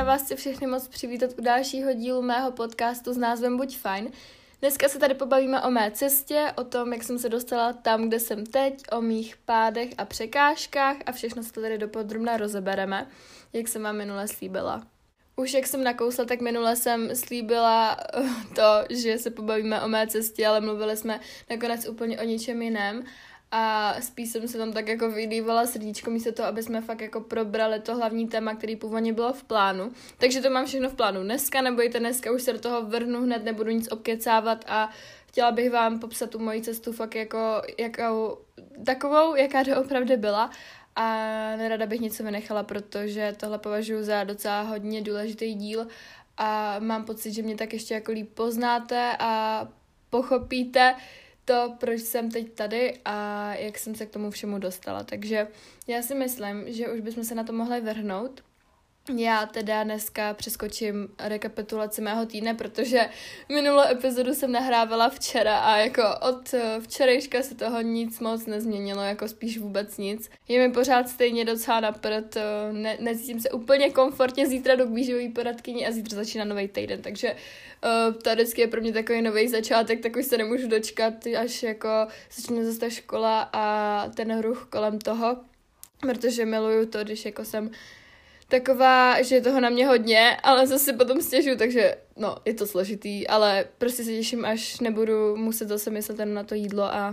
vás chci všechny moc přivítat u dalšího dílu mého podcastu s názvem Buď fajn. Dneska se tady pobavíme o mé cestě, o tom, jak jsem se dostala tam, kde jsem teď, o mých pádech a překážkách a všechno se to tady dopodrobna rozebereme, jak jsem vám minule slíbila. Už jak jsem nakousla, tak minule jsem slíbila to, že se pobavíme o mé cestě, ale mluvili jsme nakonec úplně o ničem jiném. A spíš jsem se tam tak jako vylívala srdíčko místo toho, aby jsme fakt jako probrali to hlavní téma, který původně bylo v plánu. Takže to mám všechno v plánu dneska, nebojte, dneska už se do toho vrhnu hned, nebudu nic obkecávat a chtěla bych vám popsat tu moji cestu fakt jako takovou, jaká doopravdy byla. A nerada bych něco vynechala, protože tohle považuji za docela hodně důležitý díl a mám pocit, že mě tak ještě jako líp poznáte a pochopíte to, proč jsem teď tady a jak jsem se k tomu všemu dostala. Takže já si myslím, že už bychom se na to mohli vrhnout. Já teda dneska přeskočím rekapitulaci mého týdne, protože minulou epizodu jsem nahrávala včera a jako od včerejška se toho nic moc nezměnilo, jako spíš vůbec nic. Je mi pořád stejně docela na prd, necítím se úplně komfortně, zítra jdu k výživové poradkyni a zítra začíná nový týden, takže to vždycky je pro mě takový nový začátek, tak už se nemůžu dočkat, až jako začne zase ta škola a ten ruch kolem toho, protože miluju to, když jako jsem taková, že je toho na mě hodně, ale zase potom stěžuju, takže no, je to složitý, ale prostě se těším, až nebudu muset zase myslet jen na to jídlo a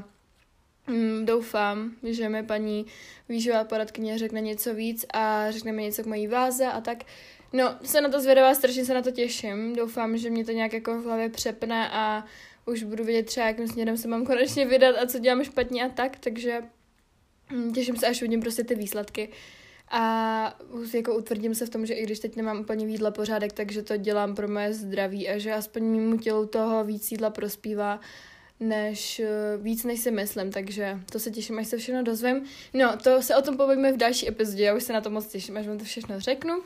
doufám, že mi paní výživová poradkyně řekne něco víc a řekne mi něco k mojí váze a tak. No, jsem na to zvědavá, strašně se na to těším, doufám, že mě to nějak jako v hlavě přepne a už budu vědět třeba, jakým směrem se mám konečně vydat a co dělám špatně a tak, takže těším se, až vidím prostě ty výsledky. A jako utvrdím se v tom, že i když teď nemám úplně v jídle pořádek, takže to dělám pro moje zdraví a že aspoň mému tělu toho víc jídla prospívá, než si myslím, takže to se těším, až se všechno dozvím. No, to se o tom povíme v další epizodě, já už se na to moc těším, až vám to všechno řeknu.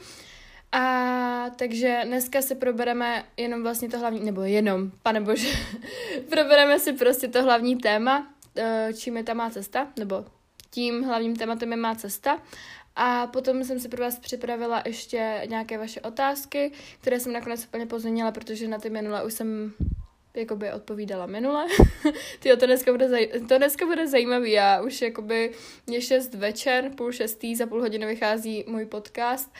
A takže dneska si probereme jenom vlastně to hlavní, nebo jenom, panebože, probereme si prostě to hlavní téma, čím je ta má cesta, nebo tím hlavním tématem je má cesta. A potom jsem si pro vás připravila ještě nějaké vaše otázky, které jsem nakonec úplně pozměnila, protože na ty minule už jsem jakoby odpovídala minule. Tyjo, to dneska bude zajímavý. Já už jakoby je 6 večer, 5:30, za půl hodiny vychází můj podcast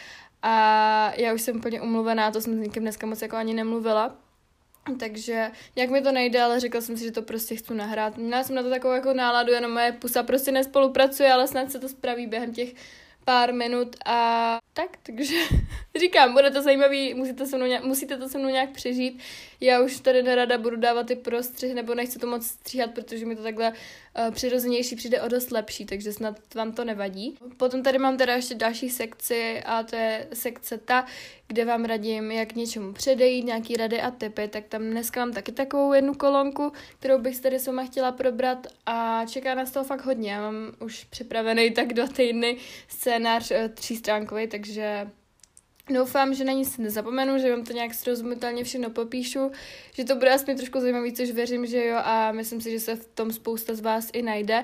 a já už jsem úplně umluvená, to jsem s nikým dneska moc jako ani nemluvila. Takže nějak mi to nejde, ale řekla jsem si, že to prostě chci nahrát. Měla jsem na to takovou jako náladu, jenom moje pusa prostě nespolupracuje, ale snad se to spraví během těch pár minut a tak, takže říkám, bude to zajímavý, musíte to se mnou nějak přežít. Já už tady nerada budu dávat ty prostřihy, nebo nechci to moc stříhat, protože mi to takhle přirozenější přijde o dost lepší, takže snad vám to nevadí. Potom tady mám teda ještě další sekci a to je sekce ta, kde vám radím, jak něčemu předejít, nějaký rady a tipy, tak tam dneska mám taky takovou jednu kolonku, kterou bych tady s váma chtěla probrat a čeká nás toho fakt hodně. Já mám už připravený tak 2 týdny scénář 3stránkový, takže doufám, že na nic nezapomenu, že vám to nějak srozumitelně všechno popíšu, že to bude aspoň trošku zajímavý, což věřím, že jo, a myslím si, že se v tom spousta z vás i najde,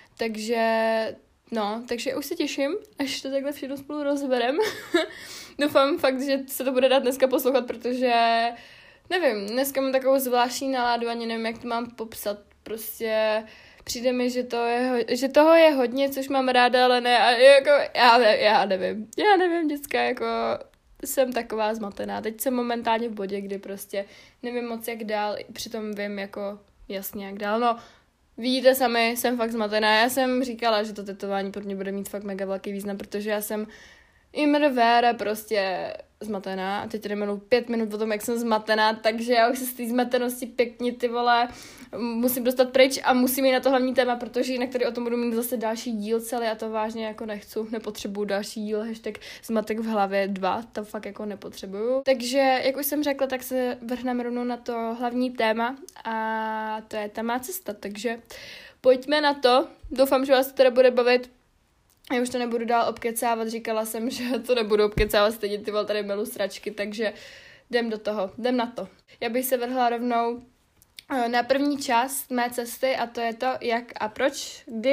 takže už se těším, až to takhle všechno spolu rozberem. Doufám fakt, že se to bude dát dneska poslouchat, protože nevím, dneska mám takovou zvláštní náladu, ani nevím, jak to mám popsat, prostě přijde mi, že toho je hodně, což mám ráda, ale ne, a jako, já nevím, vždycky jako jsem taková zmatená. Teď jsem momentálně v bodě, kdy prostě nevím moc jak dál, přitom vím jako jasně jak dál, no. Vidíte sami, jsem fakt zmatená. Já jsem říkala, že to tetování pro mě bude mít fakt mega velký význam, protože já jsem imrvére prostě zmatená a teď tady mluvu 5 minut o tom, jak jsem zmatená, takže já už se z té zmatenosti pěkně, ty vole, musím dostat pryč a musím jít na to hlavní téma, protože jinak tady o tom budu mít zase další díl celý a to vážně jako nepotřebuju další díl, hashtag zmatek v hlavě 2, to fakt jako nepotřebuju. Takže, jak už jsem řekla, tak se vrhneme rovnou na to hlavní téma a to je ta má cesta, takže pojďme na to, doufám, že vás to teda bude bavit. Já už to nebudu dál obkecávat, říkala jsem, že to nebudu obkecávat, stejně ty tady milu sračky, takže jdem na to. Já bych se vrhla rovnou na první část mé cesty a to je to, jak a proč, kdy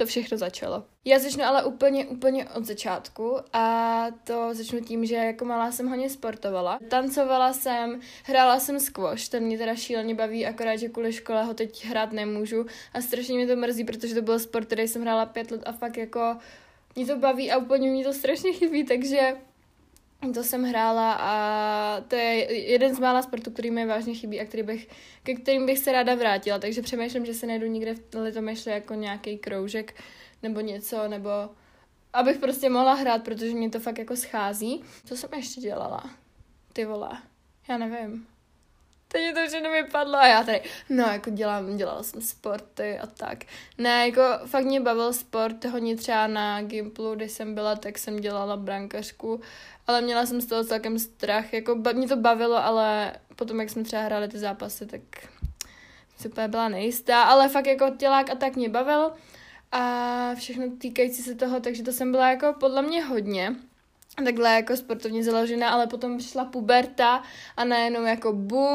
to všechno začalo. Já začnu ale úplně od začátku a to začnu tím, že jako malá jsem hodně sportovala. Tancovala jsem, hrála jsem squash, ten mě teda šíleně baví, akorát, že kvůli škole ho teď hrát nemůžu a strašně mě to mrzí, protože to byl sport, který jsem hrála 5 let a fakt jako mě to baví a úplně mě to strašně chybí, takže to jsem hrála a to je jeden z mála sportů, který mi vážně chybí a ke kterým bych se ráda vrátila, takže přemýšlím, že se najdu někde v Litomyšli jako nějaký kroužek nebo něco, nebo abych prostě mohla hrát, protože mě to fakt jako schází. Co jsem ještě dělala? Ty vole, já nevím. Teď mi to všechno vypadlo a já tady, no jako dělala jsem sporty a tak. Ne, jako fakt mě bavil sport, hodně třeba na Gimplu, když jsem byla, tak jsem dělala brankařku, ale měla jsem z toho celkem strach, jako mě to bavilo, ale potom, jak jsme třeba hráli ty zápasy, tak super byla nejistá, ale fakt jako tělák a tak mě bavil a všechno týkající se toho, takže to jsem byla jako podle mě hodně takhle jako sportovně založená, ale potom přišla puberta a najednou jako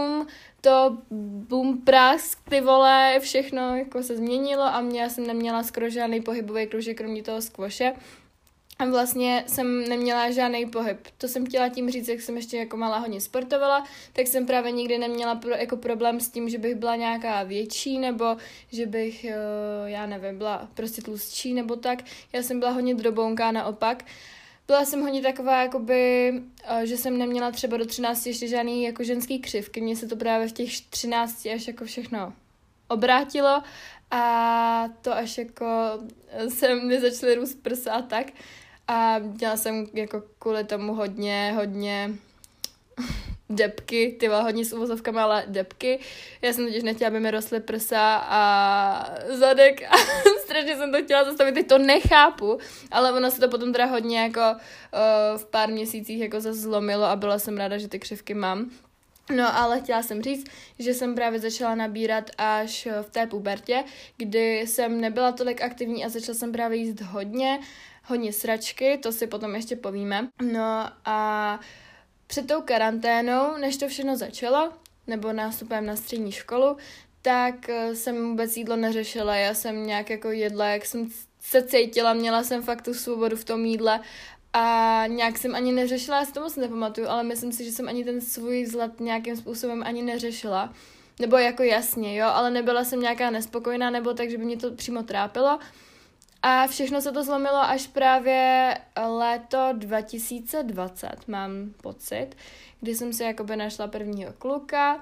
boom prask, ty vole, všechno jako se změnilo a já jsem neměla skoro žádný pohybový kroužek, kromě toho squashe. A vlastně jsem neměla žádný pohyb. To jsem chtěla tím říct, jak jsem ještě jako malá hodně sportovala, tak jsem právě nikdy neměla jako problém s tím, že bych byla nějaká větší, nebo že bych, já nevím, byla prostě tlustší, nebo tak. Já jsem byla hodně drobounká naopak. Byla jsem hodně taková, jakoby, že jsem neměla třeba do 13 ještě žádný jako ženský křivky. Mně se to právě v těch 13 až jako všechno obrátilo a to až jako mi začaly růst prsa a tak. A dělala jsem jako kvůli tomu hodně debky, hodně s uvozovkama, ale debky. Já jsem totiž nechtěla, aby mi rostly prsa a zadek a strašně jsem to chtěla zastavit, teď to nechápu, ale ono se to potom teda hodně jako v pár měsících jako zase zlomilo a byla jsem ráda, že ty křivky mám. No ale chtěla jsem říct, že jsem právě začala nabírat až v té pubertě, kdy jsem nebyla tolik aktivní a začala jsem právě jíst hodně sračky, to si potom ještě povíme. No a před tou karanténou, než to všechno začalo, nebo nástupem na střední školu, tak jsem vůbec jídlo neřešila. Já jsem nějak jako jedla, jak jsem se cítila, měla jsem fakt tu svobodu v tom jídle a nějak jsem ani neřešila, já si to moc nepamatuju, ale myslím si, že jsem ani ten svůj vzhled nějakým způsobem ani neřešila. Nebo jako jasně, jo, ale nebyla jsem nějaká nespokojená, nebo tak, že by mě to přímo trápilo. A všechno se to zlomilo až právě léto 2020, mám pocit, kdy jsem si jakoby našla prvního kluka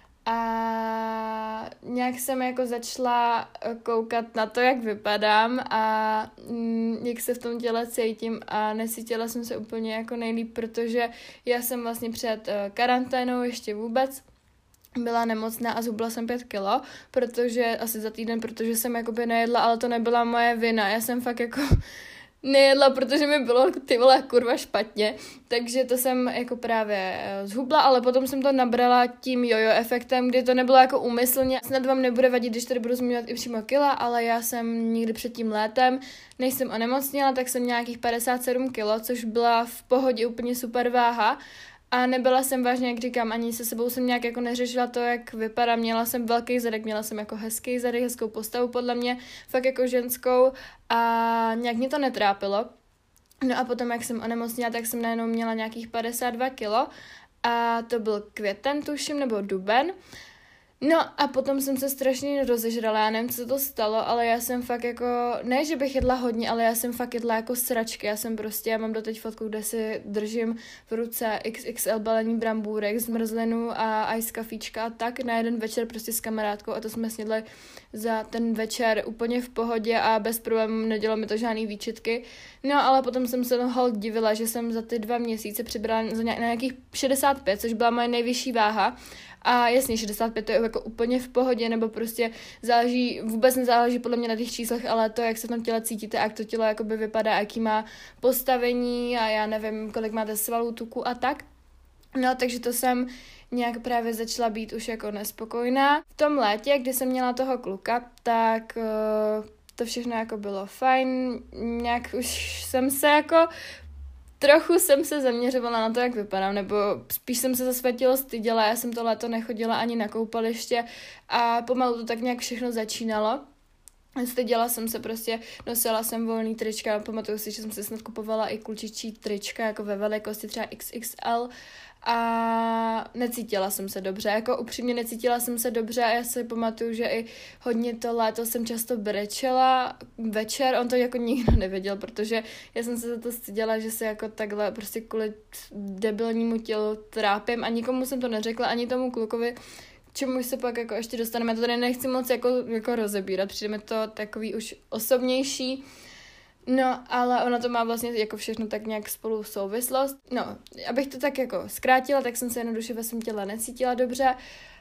a nějak jsem jako začala koukat na to, jak vypadám a jak se v tom těle cítím a necítila jsem se úplně jako nejlíp, protože já jsem vlastně před karanténou ještě vůbec byla nemocná a zhubla jsem 5 kilo, protože asi za týden, protože jsem jakoby nejedla, ale to nebyla moje vina, já jsem fakt jako nejedla, protože mi bylo ty vole kurva špatně, takže to jsem jako právě zhubla, ale potom jsem to nabrala tím jojo efektem, kdy to nebylo jako úmyslně. Snad vám nebude vadit, když tady budu zmiňovat i přímo kila, ale já jsem někdy před tím létem, než jsem onemocněla, tak jsem měla nějakých 57 kilo, což byla v pohodě úplně super váha. A nebyla jsem vážně, jak říkám, ani se sebou jsem nějak jako neřešila to, jak vypadá. Měla jsem velký zadek, měla jsem jako hezký zadek, hezkou postavu podle mě, fakt jako ženskou a nějak mě to netrápilo. No a potom, jak jsem onemocněla, tak jsem najednou měla nějakých 52 kilo a to byl květen, tuším, nebo duben. No a potom jsem se strašně rozežrala, já nevím, co to stalo, ale já jsem fakt jako, ne, že bych jedla hodně, ale já jsem fakt jedla jako sračky, já mám doteď fotku, kde si držím v ruce XXL balení brambůrek, zmrzlinu a ice kafíčka a tak na jeden večer prostě s kamarádkou a to jsme snědli za ten večer úplně v pohodě a bez problémů, nedělo mi to žádný výčitky. No ale potom jsem se holt divila, že jsem za ty 2 měsíce přibrala na nějakých 65, což byla moje nejvyšší váha. A jasně, 65 to je jako úplně v pohodě, nebo prostě vůbec nezáleží podle mě na těch číslech, ale to, jak se v tom těle cítíte a jak to tělo jakoby vypadá, jaký má postavení a já nevím, kolik máte svalů, tuku a tak. No, takže to jsem nějak právě začala být už jako nespokojená. V tom létě, kdy jsem měla toho kluka, tak to všechno jako bylo fajn, nějak už jsem se jako trochu jsem se zaměřovala na to, jak vypadám, nebo spíš jsem se za své tělo styděla, já jsem to léto nechodila ani na koupaliště a pomalu to tak nějak všechno začínalo. Styděla jsem se prostě, nosila jsem volný trička, pamatuju si, že jsem si snad kupovala i klučičí trička, jako ve velikosti třeba XXL a necítila jsem se dobře, jako upřímně necítila jsem se dobře a já si pamatuju, že i hodně to léto jsem často brečela večer, on to jako nikdo nevěděl, protože já jsem se za to styděla, že se jako takhle prostě kvůli debilnímu tělu trápím a nikomu jsem to neřekla, ani tomu klukovi, čemu se pak jako ještě dostaneme, to tady nechci moc jako rozebírat, přijde mi to takový už osobnější, no, ale ono to má vlastně jako všechno tak nějak spolu souvislost. No, abych to tak jako zkrátila, tak jsem se jednoduše ve svém těle necítila dobře,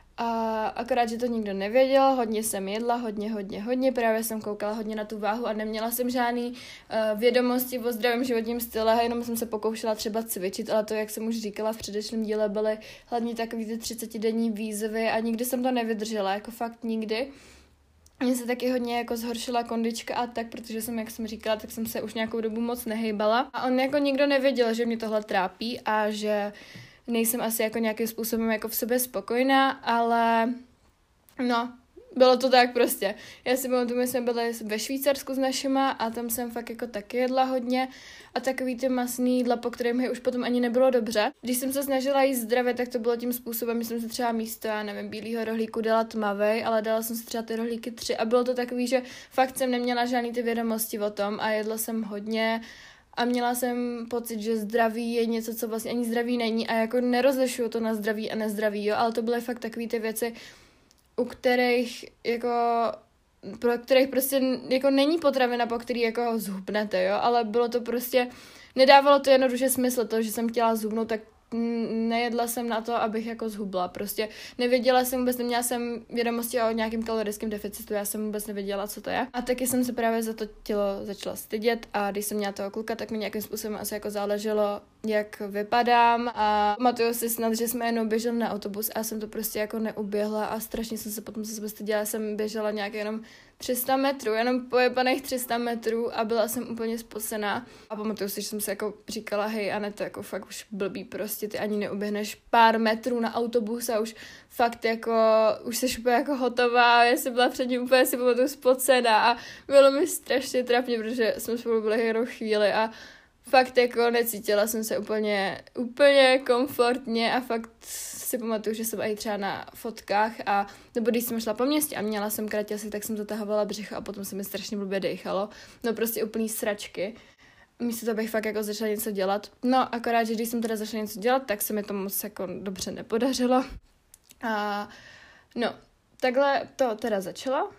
a akorát, že to nikdo nevěděl, hodně jsem jedla, hodně, právě jsem koukala hodně na tu váhu a neměla jsem žádný vědomosti o zdravém životním style, jenom jsem se pokoušela třeba cvičit, ale to, jak jsem už říkala v předešlém díle, byly hlavně takový ty 30denní výzvy a nikdy jsem to nevydržela, jako fakt nikdy. Mně se taky hodně jako zhoršila kondička a tak, protože jsem, jak jsem říkala, tak jsem se už nějakou dobu moc nehejbala a on jako nikdo nevěděl, že mě tohle trápí a že nejsem asi jako nějakým způsobem jako v sobě spokojená, ale no, bylo to tak prostě. Já si pamatuju, my jsme byli ve Švýcarsku s našima a tam jsem fakt jako taky jedla hodně a takový ty masný jídla, po kterém mi už potom ani nebylo dobře. Když jsem se snažila jíst zdravě, tak to bylo tím způsobem, že jsem se třeba místo, já nevím, bílýho rohlíku dala tmavej, ale dala jsem si třeba ty rohlíky 3 a bylo to takový, že fakt jsem neměla žádný ty vědomosti o tom a jedla jsem hodně a měla jsem pocit, že zdraví je něco, co vlastně ani zdraví není a jako nerozlišuju to na zdraví a nezdraví, jo, ale to byly fakt takový ty věci, u kterých jako, pro kterých prostě jako není potravina, po který jako zhubnete, jo, ale bylo to prostě, nedávalo to jednoduše smysl, to, že jsem chtěla zhubnout, tak nejedla jsem na to, abych jako zhubla, prostě nevěděla jsem vůbec, neměla jsem vědomosti o nějakém kalorickém deficitu, já jsem vůbec nevěděla, co to je. A taky jsem se právě za to tělo začala stydět a když jsem měla toho kluka, tak mi nějakým způsobem asi jako záleželo, jak vypadám a pamatuju si snad, že jsme jenom běželi na autobus a já jsem to prostě jako neuběhla a strašně jsem se potom se styděla, jsem běžela nějak jenom 300 metrů, jenom pojebaných 300 metrů a byla jsem úplně spocená. A pamatuju si, že jsem se jako říkala, hej Ane, to jako fakt už blbý prostě, ty ani neuběhneš pár metrů na autobus a už fakt jako, už jsi úplně jako hotová a já jsem byla před ním úplně si pamatuju spocená a bylo mi strašně trapně, protože jsme spolu byli jenom chvíli a fakt jako necítila jsem se úplně komfortně a fakt si pamatuju, že jsem i třeba na fotkách a nebo když jsem šla po městě a měla jsem kraťasy, tak jsem zatahovala břicho a potom se mi strašně blbě dejchalo. No prostě úplný sračky. Místo toho bych fakt jako začala něco dělat. No akorát, že když jsem teda začala něco dělat, tak se mi to moc jako dobře nepodařilo. A no, takhle to teda začalo.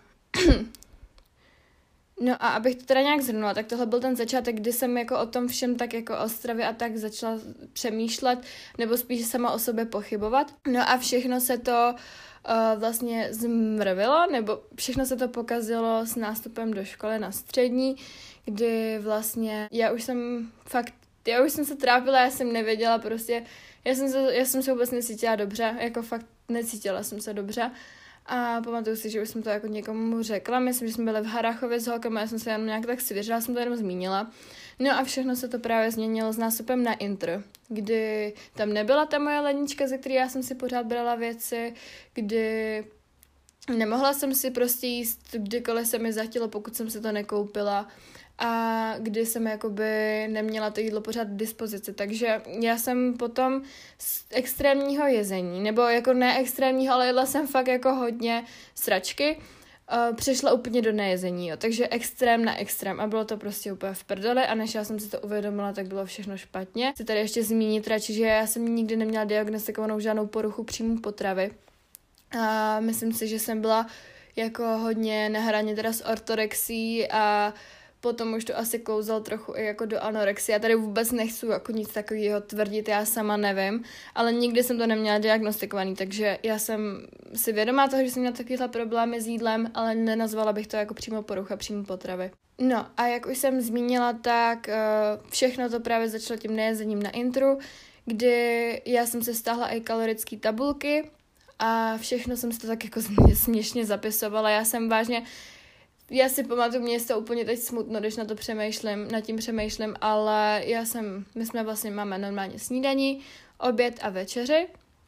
No a abych to teda nějak zhrnula, tak tohle byl ten začátek, kdy jsem jako o tom všem tak jako o stravě a tak začala přemýšlet, nebo spíš sama o sobě pochybovat. No a všechno se to vlastně zmrvilo, nebo všechno se to pokazilo s nástupem do školy na střední, kdy vlastně já už jsem se trápila, já jsem nevěděla prostě, já jsem se vůbec necítila dobře, jako fakt necítila jsem se dobře. A pamatuju si, že už jsem to jako někomu řekla, myslím, že jsme byli v Harrachově s holkama, já jsem se jenom nějak tak svěřila, jsem to jenom zmínila. No a všechno se to právě změnilo s nástupem na intro, kdy tam nebyla ta moje lednička, ze které já jsem si pořád brala věci, kdy nemohla jsem si prostě jíst kdykoliv se mi zachtělo, pokud jsem si to nekoupila. A kdy jsem jakoby neměla to jídlo pořád k dispozici, takže já jsem potom z extrémního jezení, nebo jako ne extrémního, ale jedla jsem fakt jako hodně sračky, přešla úplně do nejezení, jo. Takže extrém na extrém a bylo to prostě úplně v prdeli a než já jsem si to uvědomila, tak bylo všechno špatně. Chci tady ještě zmínit radši, že já jsem nikdy neměla diagnostikovanou žádnou poruchu příjmu potravy a myslím si, že jsem byla jako hodně na hraně teda s ortorexí a potom už to asi klouzal trochu i jako do anorexie. Já tady vůbec nechci jako nic takového tvrdit, já sama nevím, ale nikdy jsem to neměla diagnostikovaný, takže já jsem si vědomá toho, že jsem měla takovéhle problémy s jídlem, ale nenazvala bych to jako přímo porucha příjmu potravy. No a jak už jsem zmínila, tak všechno to právě začalo tím nejezením na intru, kdy já jsem se stáhla i kalorické tabulky a všechno jsem si to tak jako směšně zapisovala. Já si pamatuju, mě je to úplně teď smutno, když nad tím přemýšlím, ale my jsme vlastně máme normálně snídani, oběd a večeři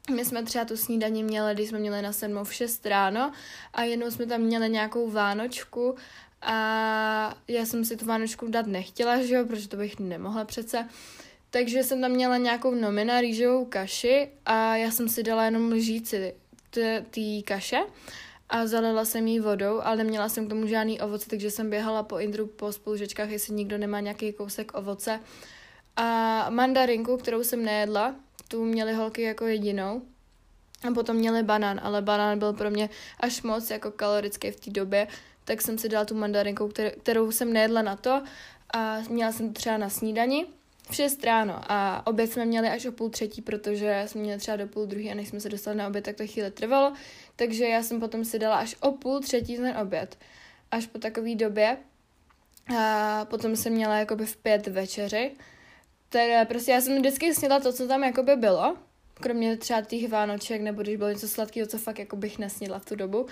My jsme třeba tu snídani měli, když jsme měli na 7 v 6 ráno a jednou jsme tam měli nějakou vánočku a já jsem si tu vánočku dát nechtěla, že jo, protože to bych nemohla přece. Takže jsem tam měla nějakou nomina, rýžovou kaši a já jsem si dala jenom lžíci té kaše a zalila jsem jí vodou, ale neměla jsem k tomu žádný ovoce, takže jsem běhala po Indru po spolužečkách, jestli nikdo nemá nějaký kousek ovoce. A mandarinku, kterou jsem nejedla, tu měly holky jako jedinou. A potom měli banán, ale banán byl pro mě až moc jako kalorický v té době, tak jsem si dala tu mandarinku, kterou jsem nejedla na to a měla jsem to třeba na snídani v 6 ráno a oběd jsme měli až o 2:30, protože jsme měli třeba do 2:30 a než jsme se dostali na oběd, tak to chvíli trvalo, takže já jsem potom si dala až o 2:30 ten oběd, až po takové době a potom jsem měla jakoby v 5 večeři, teda prostě já jsem vždycky snědla to, co tam jakoby bylo, kromě třeba těch vánoček, nebo když bylo něco sladkého, co fakt jako bych nesnědla v tu dobu.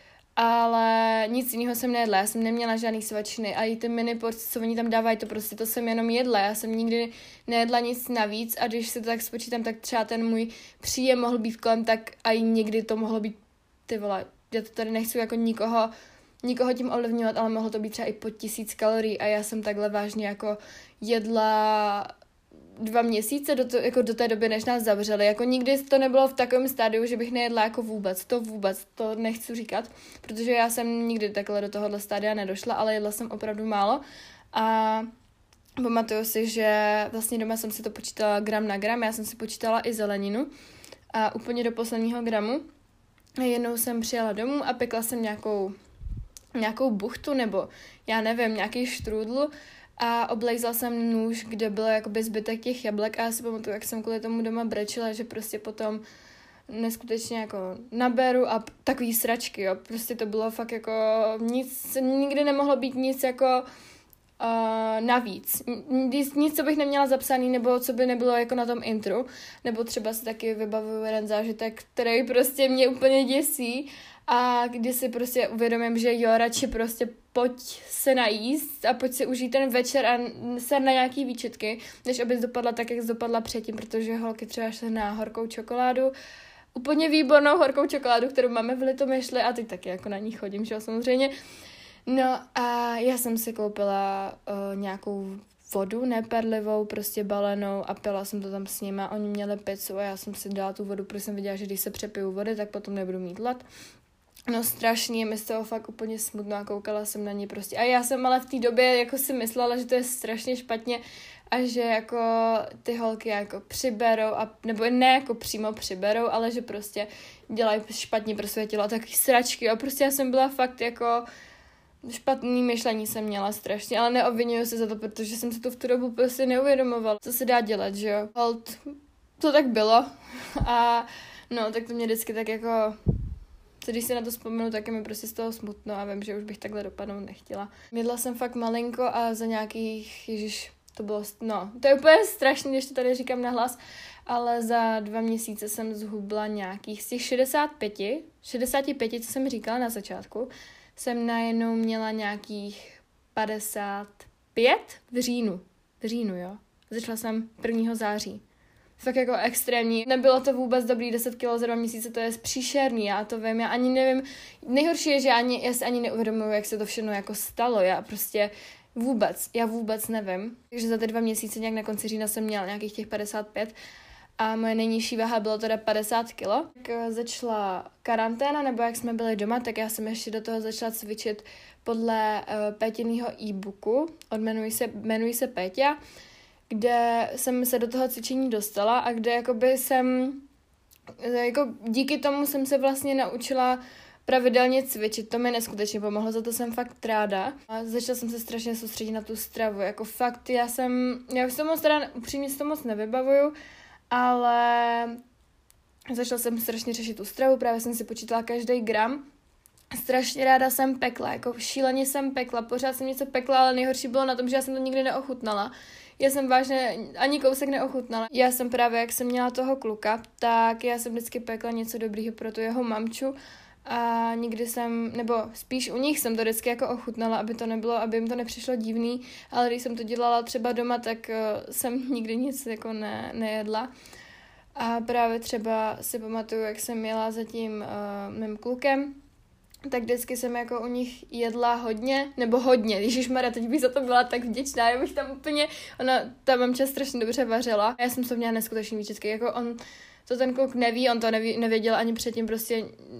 Ale nic jiného jsem nejedla, já jsem neměla žádný svačiny a i ty mini porce, co oni tam dávají, to jsem jenom jedla, já jsem nikdy nejedla nic navíc a když si to tak spočítám, tak třeba ten můj příjem mohl být kolem, tak a i někdy to mohlo být, ty vole, já to tady nechci jako nikoho tím ovlivňovat, ale mohlo to být třeba i pod 1000 kalorií a já jsem takhle vážně jako jedla 2 měsíce do té doby, než nás zavřeli. Jako nikdy to nebylo v takovém stádiu, že bych nejedla jako vůbec, to nechci říkat, protože já jsem nikdy takhle do tohohle stádia nedošla, ale jedla jsem opravdu málo a pamatuju si, že vlastně doma jsem si to počítala gram na gram, já jsem si počítala i zeleninu a úplně do posledního gramu. Jednou jsem přijela domů a pekla jsem nějakou buchtu nebo já nevím, nějaký štrůdl a oblejzla jsem nůž, kde byl jakoby zbytek těch jablek a já si pamatuju, jak jsem kvůli tomu doma brečela, že prostě potom neskutečně jako naberu a takový sračky, jo, prostě to bylo fakt jako nic, nikdy nemohlo být nic jako navíc. Nic, co bych neměla zapsaný, nebo co by nebylo jako na tom intru, nebo třeba si taky vybavuju jeden zážitek, který prostě mě úplně děsí a kdy si prostě uvědomím, že jo, radši prostě pojď se najíst a pojď si užít ten večer a ser na nějaký výčitky, než abys dopadla tak, jak jsi dopadla předtím, protože holky třeba šly na horkou čokoládu, úplně výbornou horkou čokoládu, kterou máme v Litomyšli a teď taky jako na ní chodím, že jo, samozřejmě. No a já jsem si koupila nějakou vodu, neperlivou, prostě balenou a pila jsem to tam s nima. Oni měli pizzu a já jsem si dala tu vodu, protože jsem viděla, že když se přepiju vody, tak potom nebudu mít hlad. No strašně, mi z toho fakt úplně smutno a koukala jsem na ní prostě. A já jsem ale v té době jako si myslela, že to je strašně špatně a že jako ty holky jako přiberou, nebo ne jako přímo přiberou, ale že prostě dělají špatně pro své tělo a taky sračky a prostě já jsem byla fakt jako špatný myšlení jsem měla strašně, ale neobvinuju se za to, protože jsem si to v tu dobu prostě neuvědomovala. Co se dá dělat, že jo? Hold, to tak bylo a no, tak to mě vždycky tak jako, když si na to vzpomenu, tak je mi prostě z toho smutno a vím, že už bych takhle dopadnout nechtěla. Jedla jsem fakt malinko a za nějakých, to bylo, no, to je úplně strašný, když to tady říkám nahlas, ale za 2 měsíce jsem zhubla nějakých z těch 65, co jsem říkala na začátku, jsem najednou měla nějakých 55 v říjnu, jo. Začala jsem 1. září. Fakt jako extrémní. Nebylo to vůbec dobrý, 10 kg za 2 měsíce, to je příšerný, já to vím, já ani nevím. Nejhorší je, že já si ani neuvědomuji, jak se to všechno jako stalo, já prostě vůbec nevím. Takže za ty 2 měsíce nějak na konci října jsem měla nějakých těch 55 a moje nejnižší váha bylo teda 50 kg. Jak začala karanténa, nebo jak jsme byli doma, tak já jsem ještě do toho začala cvičit podle Péťinýho e-booku, jmenuji se Péťa, kde jsem se do toho cvičení dostala a kde jakoby jako díky tomu jsem se vlastně naučila pravidelně cvičit, to mi neskutečně pomohlo, za to jsem fakt ráda. A začala jsem se strašně soustředit na tu stravu, jako fakt, já už to moc teda upřímně si to moc nevybavuju, ale začala jsem strašně řešit tu stravu, právě jsem si počítala každý gram. Strašně ráda jsem pekla, jako šíleně jsem pekla, pořád jsem něco pekla, ale nejhorší bylo na tom, že já jsem to nikdy neochutnala. Já jsem vážně ani kousek neochutnala. Já jsem právě, jak jsem měla toho kluka, tak já jsem vždycky pekla něco dobrýho pro tu jeho mamču a nikdy nebo spíš u nich jsem to vždycky jako ochutnala, aby jim to nepřišlo divný, ale když jsem to dělala třeba doma, tak jsem nikdy nic jako nejedla. A právě třeba si pamatuju, jak jsem jela za tím mým klukem, tak vždycky jsem jako u nich jedla hodně, ježišmarja, teď bych za to byla tak vděčná, já bych tam úplně, ta mamča strašně dobře vařila. Já jsem to měla neskutečný výčetky, jako to ten kluk neví, on to nevěděl ani předtím, prostě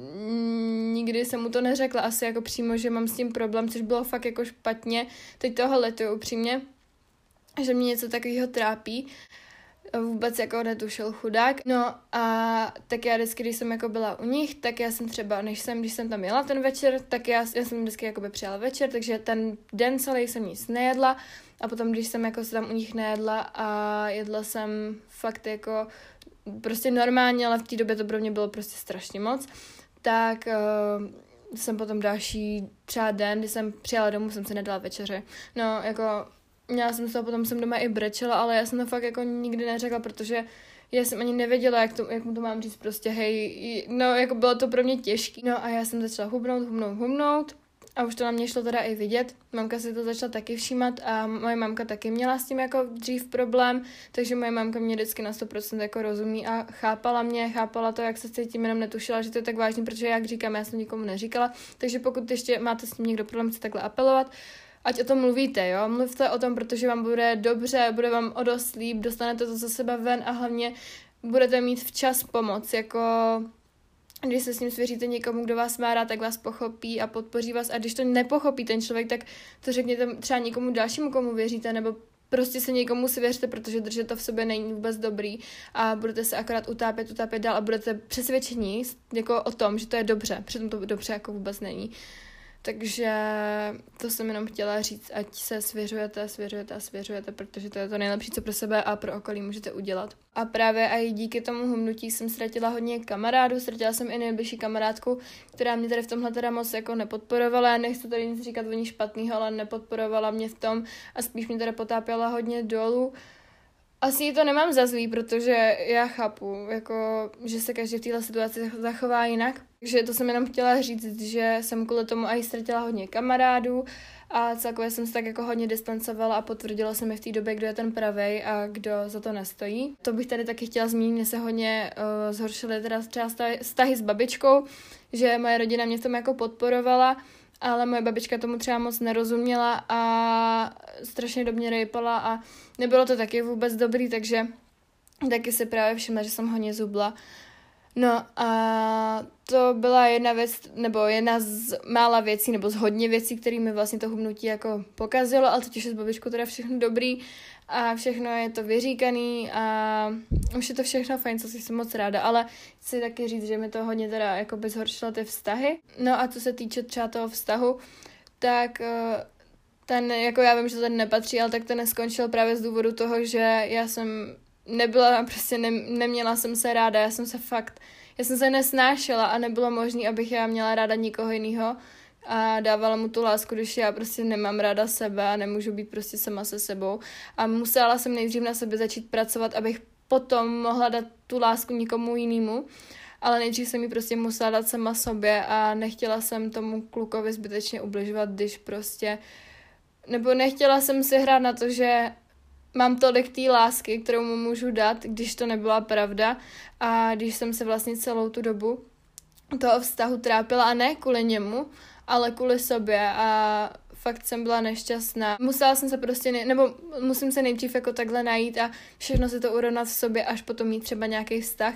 nikdy jsem mu to neřekla asi jako přímo, že mám s tím problém, což bylo fakt jako špatně. Teď toho letuju upřímně, že mě něco takového trápí. Vůbec jako netušil chudák. No a tak já vždycky, když jsem jako byla u nich, tak já jsem třeba, když jsem tam jela ten večer, tak já jsem vždycky jakoby přijela večer, takže ten den celý jsem nic nejedla a potom, když jsem jako se tam u nich nejedla a jedla jsem fakt jako prostě normálně, ale v té době to pro mě bylo prostě strašně moc, tak jsem potom další třeba den, kdy jsem přijela domů, jsem se nedala večeře. No jako měla jsem to, potom jsem doma i brečela, ale já jsem to fakt jako nikdy neřekla, protože já jsem ani nevěděla, jak mu to mám říct, prostě hej, no jako bylo to pro mě těžký. No a já jsem začala hubnout a už to na mě šlo teda i vidět. Mamka si to začala taky všímat a moje mamka taky měla s tím jako dřív problém, takže moje mamka mě vždycky na 100% jako rozumí a chápala to, jak se cítím, jenom netušila, že to je tak vážný, protože jak říkám, já jsem nikomu neříkala, takže pokud ještě máte s tím někdo problém, chci takhle apelovat, ať o tom mluvíte, jo, mluvte o tom, protože vám bude dobře, bude vám o dost líp, dostanete to ze sebe ven a hlavně budete mít včas pomoc, jako když se s ním svěříte někomu, kdo vás má rád, tak vás pochopí a podpoří vás a když to nepochopí ten člověk, tak to řekněte třeba někomu dalšímu, komu věříte, nebo prostě se někomu svěřte, protože držet to v sobě není vůbec dobrý a budete se akorát utápět dál a budete přesvědčení jako o tom, že to je dobře, přitom to dobře jako vůbec není. Takže to jsem jenom chtěla říct, ať se svěřujete, protože to je to nejlepší, co pro sebe a pro okolí můžete udělat. A právě i díky tomu humnutí jsem ztratila hodně kamarádů, ztratila jsem i nejbližší kamarádku, která mě tady v tomhle teda moc jako nepodporovala, já nechci tady nic říkat o ní špatného, ale nepodporovala mě v tom a spíš mě teda potápěla hodně dolů. Asi jí to nemám za zlý, protože já chápu, jako, že se každý v této situaci zachová jinak. Takže to jsem jenom chtěla říct, že jsem kvůli tomu i ztratila hodně kamarádů a celkově jsem se tak jako hodně distancovala a potvrdila se mi v té době, kdo je ten pravej a kdo za to nestojí. To bych tady taky chtěla zmínit, mě se hodně zhoršily teda třeba vztahy s babičkou, že moje rodina mě v tom jako podporovala, ale moje babička tomu třeba moc nerozuměla a strašně do mě rejpala a nebylo to taky vůbec dobrý, takže taky si právě všimla, že jsem hodně zubla. No a to byla jedna věc, nebo jedna z mála věcí, nebo z hodně věcí, kterými vlastně to hubnutí jako pokazilo, ale totiž je s babičkou teda všechno dobrý a všechno je to vyříkaný a už je to všechno fajn, co jsem moc ráda, ale chci taky říct, že mi to hodně teda jako by zhoršilo ty vztahy. No a co se týče třeba toho vztahu, tak ten, jako já vím, že to tady nepatří, ale tak to neskončil právě z důvodu toho, že já jsem nebyla, prostě neměla jsem se ráda, já jsem se nesnášela a nebylo možné, abych já měla ráda nikoho jiného a dávala mu tu lásku, když já prostě nemám ráda sebe a nemůžu být prostě sama se sebou a musela jsem nejdřív na sebe začít pracovat, abych potom mohla dát tu lásku nikomu jinému, ale nejdřív jsem ji prostě musela dát sama sobě a nechtěla jsem tomu klukovi zbytečně ubližovat, když prostě, nebo nechtěla jsem si hrát na to, že mám tolik té lásky, kterou mu můžu dát, když to nebyla pravda a když jsem se vlastně celou tu dobu toho vztahu trápila a ne kvůli němu, ale kvůli sobě a fakt jsem byla nešťastná. Musela jsem se prostě, nebo musím se nejdřív jako takhle najít a všechno si to urovnat v sobě, až potom mít třeba nějaký vztah,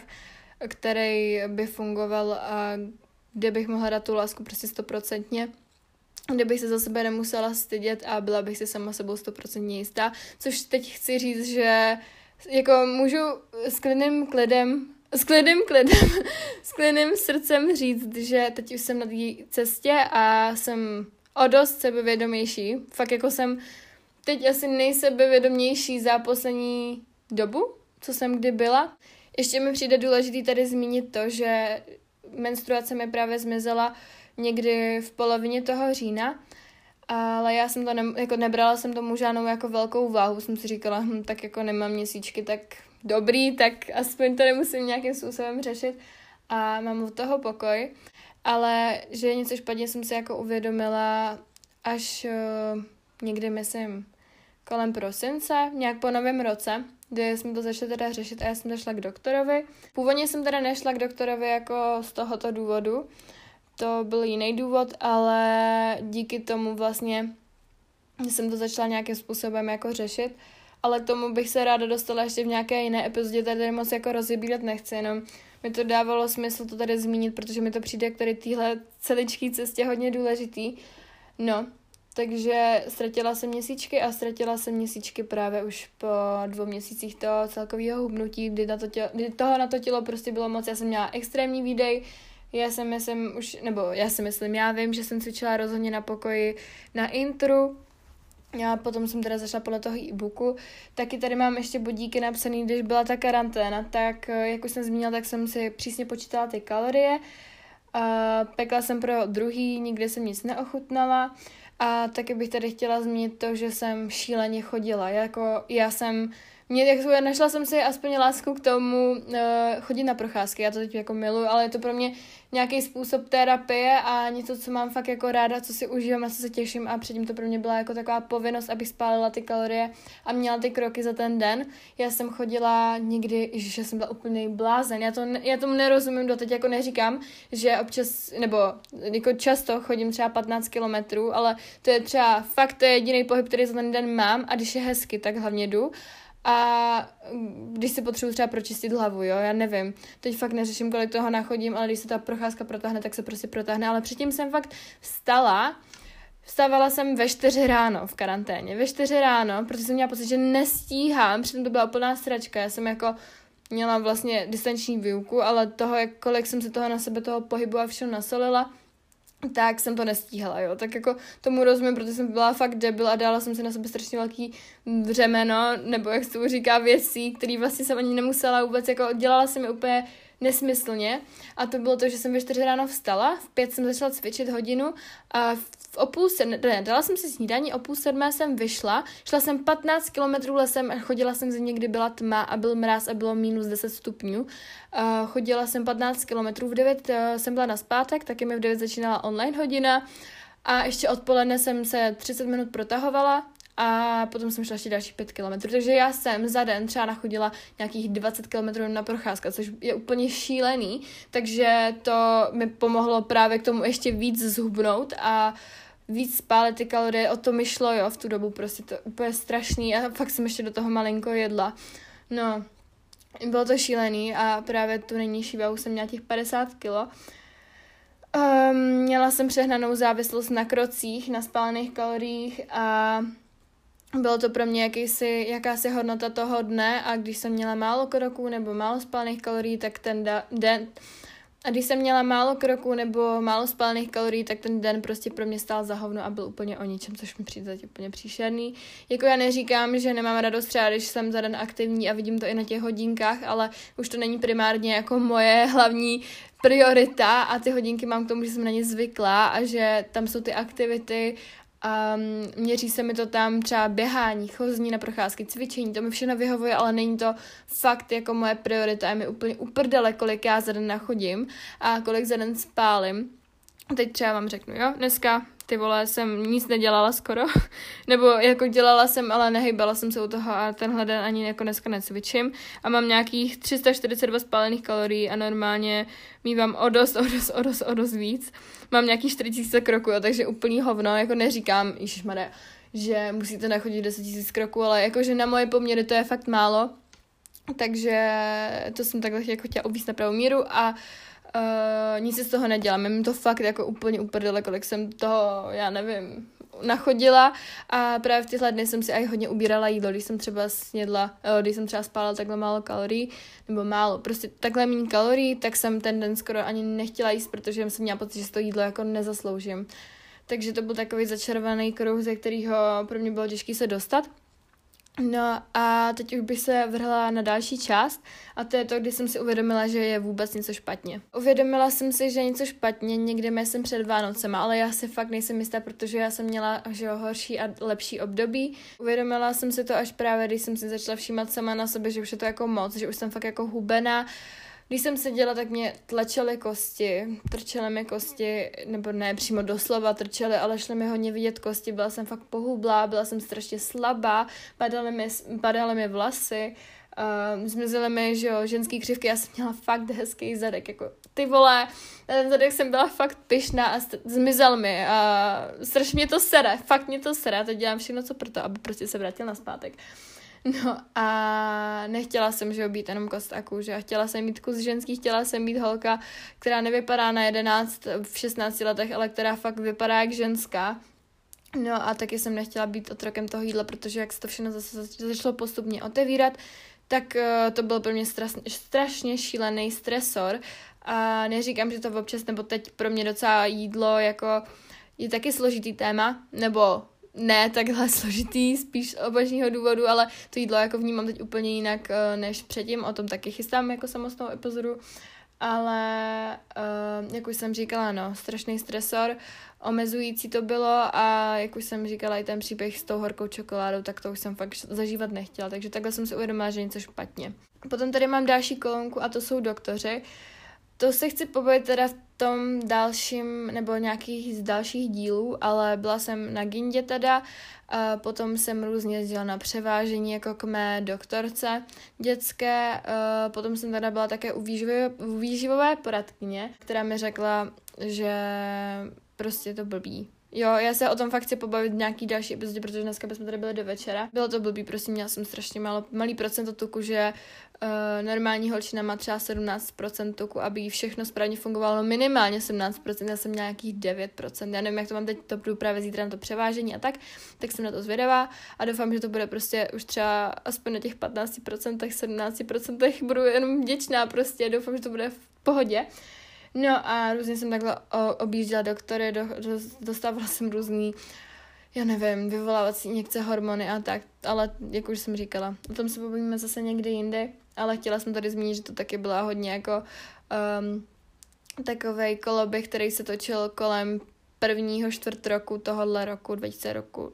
který by fungoval a kde bych mohla dát tu lásku prostě 100%. Kde bych se za sebe nemusela stydět a byla bych si sama sebou 100% jistá, což teď chci říct, že jako můžu s klidným srdcem říct, že teď už jsem na té cestě a jsem o dost sebevědomější. Fakt jako jsem teď asi nejsebevědomější za poslední dobu, co jsem kdy byla. Ještě mi přijde důležitý tady zmínit to, že menstruace mi právě zmizela někdy v polovině toho října, ale já jsem to jako nebrala jsem tomu žádnou jako velkou váhu, jsem si říkala, tak jako nemám měsíčky, tak dobrý, tak aspoň to nemusím nějakým způsobem řešit a mám od toho pokoj, ale že je něco špatně jsem si jako uvědomila až někdy myslím kolem prosince, nějak po novém roce, kdy jsme to začali teda řešit a já jsem zašla k doktorovi. Původně jsem teda nešla k doktorovi jako z tohoto důvodu, to byl jiný důvod, ale díky tomu vlastně jsem to začala nějakým způsobem jako řešit, ale k tomu bych se ráda dostala ještě v nějaké jiné epizodě, tady moc jako rozebírat nechci, jenom mi to dávalo smysl to tady zmínit, protože mi to přijde k tady téhle celičké cestě hodně důležitý. No, takže ztratila jsem měsíčky a ztratila jsem měsíčky právě už po 2 měsících toho celkového hubnutí, kdy toho na to tělo prostě bylo moc. Já jsem měla extrémní výdej, já vím, že jsem cvičila rozhodně na pokoji na intru, a potom jsem teda zašla podle toho e-booku. Taky tady mám ještě bodíky napsaný, když byla ta karanténa, tak jak už jsem zmínila, tak jsem si přísně počítala ty kalorie. Pekla jsem pro druhý, nikdy jsem nic neochutnala. A taky bych tady chtěla zmínit to, že jsem šíleně chodila. Našla jsem si aspoň lásku k tomu chodit na procházky, já to teď jako miluju, ale je to pro mě nějaký způsob terapie a něco, co mám fakt jako ráda, co si užívám, na co se těším a předtím to pro mě byla jako taková povinnost, abych spálila ty kalorie a měla ty kroky za ten den. Já jsem chodila někdy, že jsem byla úplný blázen, já tomu nerozumím doteď, jako neříkám, že občas, nebo jako často chodím třeba 15 kilometrů, ale to je třeba fakt to je jediný pohyb, který za ten den mám a když je hezky, tak hlavně jdu. A když si potřebuji třeba pročistit hlavu, jo, já nevím, teď fakt neřeším, kolik toho nachodím, ale když se ta procházka protáhne, tak se prostě protáhne, ale předtím jsem fakt vstávala jsem ve 4 ráno v karanténě, ve 4 ráno, protože jsem měla pocit, že nestíhám, přitom to byla úplná sračka, já jsem jako měla vlastně distanční výuku, ale toho, kolik jsem se toho na sebe, toho pohybu a všeho nasolila, tak jsem to nestíhala, jo, tak jako tomu rozumím, protože jsem byla fakt debil a dala jsem si na sebe strašně velký břemeno, nebo jak se to říká, věcí, který vlastně jsem ani nemusela vůbec, jako dělala jsem je úplně nesmyslně a to bylo to, že jsem ve 4 ráno vstala, v 5 jsem začala cvičit hodinu a dala jsem si snídaní, o 6:30 jsem vyšla, šla jsem 15 kilometrů lesem a chodila jsem z někdy byla tma a byl mráz a bylo -10 stupňů. Chodila jsem 15 kilometrů, v 9 jsem byla naspátek, taky mi v 9 začínala online hodina a ještě odpoledne jsem se 30 minut protahovala a potom jsem šla ještě další 5 kilometrů, takže já jsem za den třeba nachodila nějakých 20 kilometrů na procházka, což je úplně šílený, takže to mi pomohlo právě k tomu ještě víc zhubnout a víc spálit ty kalorie, o to mi šlo, jo, v tu dobu prostě to úplně strašný a fakt jsem ještě do toho malinko jedla. No, bylo to šílený a právě tu nejnižší váhu jsem měla těch 50 kilo. Měla jsem přehnanou závislost na krocích, na spálených kaloriích a bylo to pro mě jakási hodnota toho dne a když jsem měla málo kroků nebo málo spálených kalorií, tak ten den tak ten den prostě pro mě stál za hovno a byl úplně o ničem, což mi přijde teď úplně příšerný. Jako já neříkám, že nemám radost třeba, když jsem za den aktivní a vidím to i na těch hodinkách, ale už to není primárně jako moje hlavní priorita a ty hodinky mám k tomu, že jsem na ně zvyklá a že tam jsou ty aktivity a měří se mi to tam třeba běhání, chození na procházky, cvičení, to mi všechno vyhovuje, ale není to fakt jako moje priorita, je mi úplně uprdele, kolik já za den nachodím a kolik za den spálím. Teď třeba vám řeknu, jo, dneska, ty vole, jsem nic nedělala skoro, nebo jako dělala jsem, ale nehejbala jsem se u toho a tenhle den ani jako dneska necvičím a mám nějakých 342 spálených kalorií a normálně mívám o dost víc. Mám nějakých 40 000 kroků, jo, takže úplný hovno, jako neříkám, ježišmarja, že musíte nachodit 10 000 kroků, ale jakože na moje poměry to je fakt málo, takže to jsem takhle jako chtěla uvíct na pravou míru a nic si z toho nedělám, je mi to fakt jako úplně uprdele, kolik jsem toho, já nevím, nachodila a právě v tyhle dny jsem si aj hodně ubírala jídlo, když jsem třeba spálila takhle málo kalorií, nebo málo, prostě takhle méně kalorií, tak jsem ten den skoro ani nechtěla jíst, protože jsem měla pocit, že si to jídlo jako nezasloužím. Takže to byl takový začarovaný kruh, ze kterého pro mě bylo těžké se dostat. No a teď už bych se vrhla na další část a to je to, kdy jsem si uvědomila, že je vůbec něco špatně. Uvědomila jsem si, že je něco špatně někdy jsem před Vánocema, ale já si fakt nejsem jistá, protože já jsem měla horší a lepší období. Uvědomila jsem si to až právě, když jsem si začala všímat sama na sebe, že už je to jako moc, že už jsem fakt jako hubená. Když jsem seděla, tak mě trčely mi kosti, nebo ne přímo doslova trčely, ale šly mi hodně vidět kosti, byla jsem fakt pohublá, byla jsem strašně slabá, padaly mi vlasy Zmizely mi, že jo, ženský křivky, já jsem měla fakt hezký zadek, jako ty vole, na ten zadek jsem byla fakt pyšná a zmizel mi a strašně mě to sere, fakt mě to sere, a teď dělám všechno, co pro to, aby prostě se vrátil nazpátek. No a nechtěla jsem, že jo, být jenom kost a kůže, a chtěla jsem mít kus ženský, chtěla jsem být holka, která nevypadá na 11 v 16 letech, ale která fakt vypadá jak ženská. No a taky jsem nechtěla být otrokem toho jídla, protože jak se to všechno začalo postupně otevírat, tak to byl pro mě strašně šílený stresor. A neříkám, že to občas, nebo teď pro mě docela jídlo jako je taky složitý téma, nebo ne takhle složitý, spíš z opačného důvodu, ale to jídlo jako vnímám teď úplně jinak než předtím, o tom taky chystám jako samostatnou epizodu, ale jak už jsem říkala, no, strašný stresor, omezující to bylo a jak už jsem říkala i ten příběh s tou horkou čokoládou, tak to už jsem fakt zažívat nechtěla, takže takhle jsem si uvědomila, že něco špatně. Potom tady mám další kolonku a to jsou doktoři. To se chci pobavit teda v tom dalším, nebo nějakých z dalších dílů, ale byla jsem na Gindě teda, potom jsem různě jezdila na převážení jako k mé doktorce dětské, potom jsem teda byla také u výživové poradkyně, která mi řekla, že prostě to blbý. Jo, já se o tom fakt chci pobavit v nějaký další epizodě, protože dneska bychom tady byli do večera. Bylo to blbý, prostě měla jsem strašně malý procento tuku, že normální holčina má třeba 17% tuku, aby jí všechno správně fungovalo, minimálně 17%, já jsem měla nějakých 9%, já nevím, jak to mám teď, to budu právě zítra na to převážení a tak jsem na to zvědavá a doufám, že to bude prostě už třeba aspoň na těch 15%, 17% budu jenom vděčná prostě, doufám, že to bude v pohodě. No a různě jsem takhle objížděla doktory, dostávala jsem různý, já nevím, vyvolávací injekce, hormony a tak, ale jak už jsem říkala, o tom se pobavíme zase někdy jinde, ale chtěla jsem tady zmínit, že to taky byla hodně jako takovej koloběh, který se točil kolem prvního čtvrt roku tohohle roku, 2000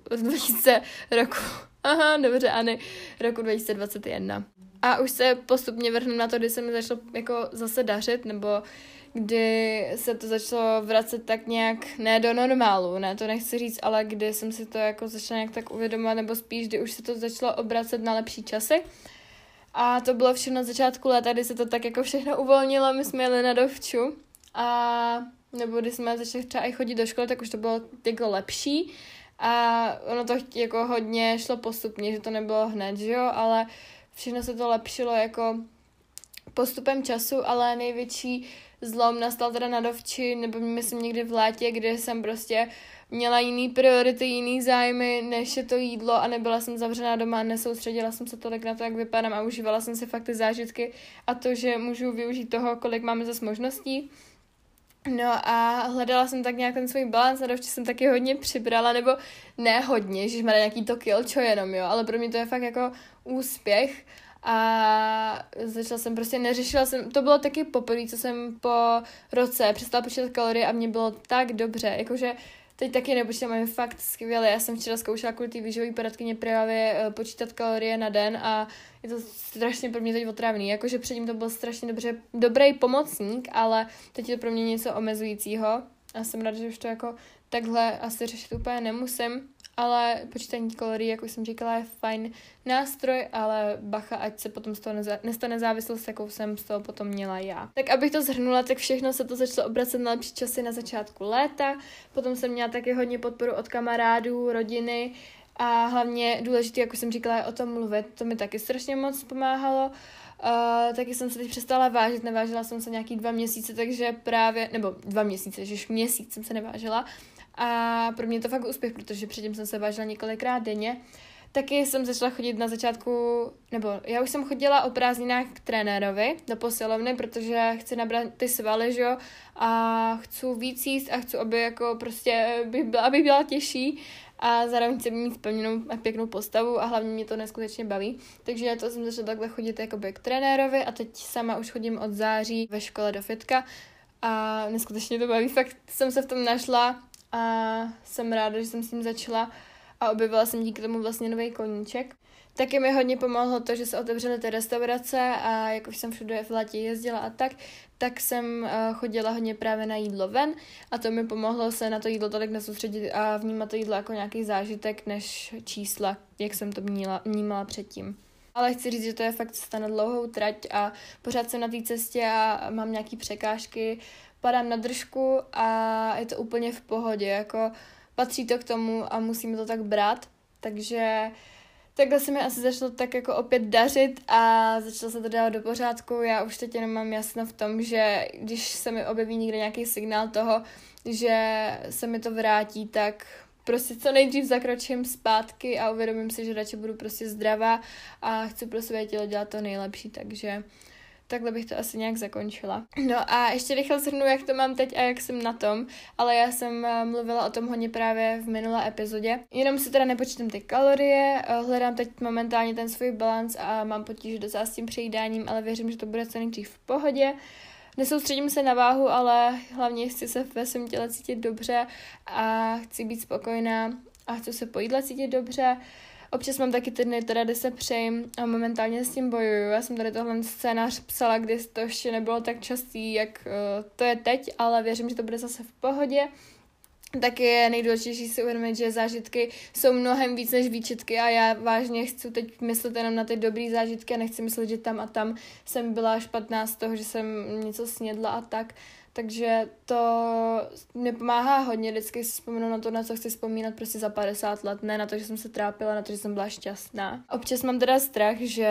roku, aha, dobře, Ani, roku 2021. A už se postupně vrhnu na to, kdy se mi začalo jako zase dařit, nebo kdy se to začalo vracet tak nějak, ne do normálu, ne, to nechci říct, ale kdy jsem si to jako začala nějak tak uvědomovat, nebo spíš, kdy už se to začalo obracet na lepší časy. A to bylo všechno na začátku léta, kdy se to tak jako všechno uvolnilo, my jsme jeli na dovču a nebo když jsme začali třeba i chodit do školy, tak už to bylo jako lepší a ono to jako hodně šlo postupně, že to nebylo hned, že jo, ale všechno se to lepšilo jako postupem času, ale největší zlom nastal teda na dovči, nebo myslím někdy v létě, kdy jsem prostě měla jiný priority, jiný zájmy, než je to jídlo a nebyla jsem zavřená doma, nesoustředila jsem se tolik na to, jak vypadám a užívala jsem si fakt ty zážitky a to, že můžu využít toho, kolik máme zase možností. No a hledala jsem tak nějak ten svůj balans a dovči jsem taky hodně přibrala, nebo ne hodně, že má nějaký to kilčo jenom, jo, ale pro mě to je fakt jako úspěch. A začala jsem prostě, neřešila jsem, to bylo taky poprvé, co jsem po roce přestala počítat kalorie a mě bylo tak dobře, jakože teď taky nepočítám, je fakt skvělé. Já jsem včera zkoušela kvůli té výživové poradkyně právě počítat kalorie na den a je to strašně pro mě teď otravný, jakože předtím to byl strašně dobrý pomocník, ale teď je to pro mě něco omezujícího a jsem ráda, že už to jako takhle asi řešit úplně nemusím. Ale počítání kalorií, jak už jsem říkala, je fajn nástroj, ale bacha, ať se potom z toho nestane závislost, jakou jsem z toho potom měla já. Tak abych to shrnula, tak všechno se to začalo obracet na lepší časy na začátku léta, potom jsem měla taky hodně podporu od kamarádů, rodiny a hlavně důležité, jak už jsem říkala, je o tom mluvit, to mi taky strašně moc pomáhalo. Taky jsem se teď přestala vážit, nevážila jsem se nějaký 2 měsíce, takže právě, nebo 2 měsíce, že měsíc jsem se nevážila. A pro mě to fakt úspěch, protože předtím jsem se vážila několikrát denně. Taky jsem začala chodit na začátku, nebo já už jsem chodila o prázdninách k trenérovi do posilovny, protože chci nabrat ty svaly, že jo, a chci víc jíst a chci, aby jako prostě, aby byla těžší a zároveň chci mít splněnou a pěknou postavu a hlavně mě to neskutečně baví. Takže to jsem začala takhle chodit jakoby k trenérovi a teď sama už chodím od září ve škole do fitka a neskutečně to baví, fakt jsem se v tom našla a jsem ráda, že jsem s tím začala a objevila jsem díky tomu vlastně nový koníček. Taky mi hodně pomohlo to, že se otevřely ty restaurace a jak už jsem všude v létě jezdila a tak jsem chodila hodně právě na jídlo ven a to mi pomohlo se na to jídlo tolik nesoustředit a vnímat to jídlo jako nějaký zážitek než čísla, jak jsem to vnímala předtím. Ale chci říct, že to je fakt cesta na dlouhou trať a pořád jsem na té cestě a mám nějaký překážky, padám na držku a je to úplně v pohodě, jako patří to k tomu a musíme to tak brát, takže takhle se mi asi začalo tak jako opět dařit a začalo se to dávat do pořádku. Já už teď jenom mám jasno v tom, že když se mi objeví někde nějaký signál toho, že se mi to vrátí, tak prostě co nejdřív zakročím zpátky a uvědomím si, že radši budu prostě zdravá a chci pro své tělo dělat to nejlepší, takže takhle bych to asi nějak zakončila. No a ještě rychle shrnu, jak to mám teď a jak jsem na tom, ale já jsem mluvila o tom hodně právě v minulé epizodě. Jenom si teda nepočítám ty kalorie, hledám teď momentálně ten svůj balans a mám potíže docela s tím přejídáním, ale věřím, že to bude co nejdřív v pohodě. Nesoustředím se na váhu, ale hlavně chci se ve svém těle cítit dobře a chci být spokojená a chci se po jídle cítit dobře. Občas mám taky ty dny, teda, kde se přejím a momentálně s tím bojuju. Já jsem tady tohle scénář psala, kdy to ještě nebylo tak častý, jak to je teď, ale věřím, že to bude zase v pohodě. Taky je nejdůležitější si uvědomit, že zážitky jsou mnohem víc než výčitky a já vážně chci teď myslet jenom na ty dobrý zážitky a nechci myslet, že tam a tam jsem byla špatná z toho, že jsem něco snědla a tak. Takže to mě pomáhá hodně, vždycky si vzpomenu na to, na co chci vzpomínat prostě za 50 let, ne na to, že jsem se trápila, na to, že jsem byla šťastná. Občas mám teda strach, že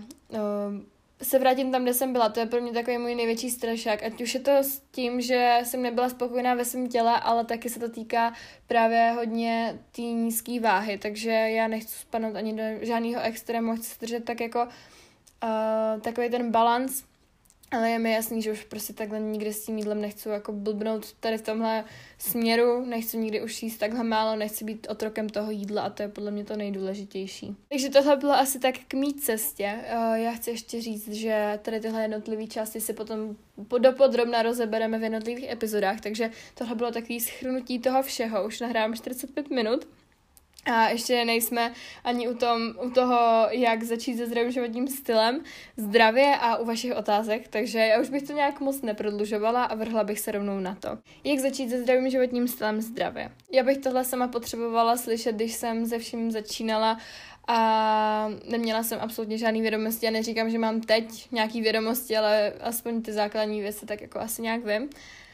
se vrátím tam, kde jsem byla, to je pro mě takový můj největší strašák, ať už je to s tím, že jsem nebyla spokojená ve svém těle, ale taky se to týká právě hodně té nízké váhy, takže já nechci spadnout ani do žádného extrému, chci se držet tak jako takový ten balans. Ale je mi jasný, že už prostě takhle nikdy s tím jídlem nechci jako blbnout tady v tomhle směru, nechci nikdy už jíst takhle málo, nechci být otrokem toho jídla a to je podle mě to nejdůležitější. Takže tohle bylo asi tak k mý cestě. Já chci ještě říct, že tady tyhle jednotlivé části si potom dopodrobna rozebereme v jednotlivých epizodách, takže tohle bylo takový shrnutí toho všeho, už nahrávám 45 minut. A ještě nejsme ani u toho, jak začít se zdravým životním stylem, zdravě a u vašich otázek, takže já už bych to nějak moc neprodlužovala a vrhla bych se rovnou na to. Jak začít se zdravým životním stylem zdravě? Já bych tohle sama potřebovala slyšet, když jsem se vším začínala a neměla jsem absolutně žádný vědomosti. Já neříkám, že mám teď nějaký vědomosti, ale aspoň ty základní věci tak jako asi nějak vím.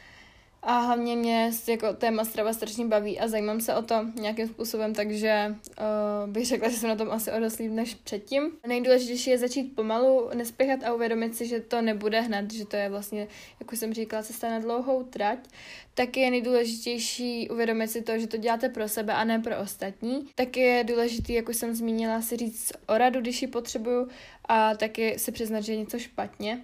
A hlavně mě jako téma strava strašně baví a zajímám se o to nějakým způsobem, takže bych řekla, že jsem na tom asi o dost líp než předtím. Nejdůležitější je začít pomalu, nespěchat a uvědomit si, že to nebude hned, že to je vlastně, jak už jsem říkala, cesta na dlouhou trať. Taky je nejdůležitější uvědomit si to, že to děláte pro sebe a ne pro ostatní. Taky je důležitý, jak už jsem zmínila, si říct o radu, když ji potřebuju a taky si přiznat, že je něco špatně.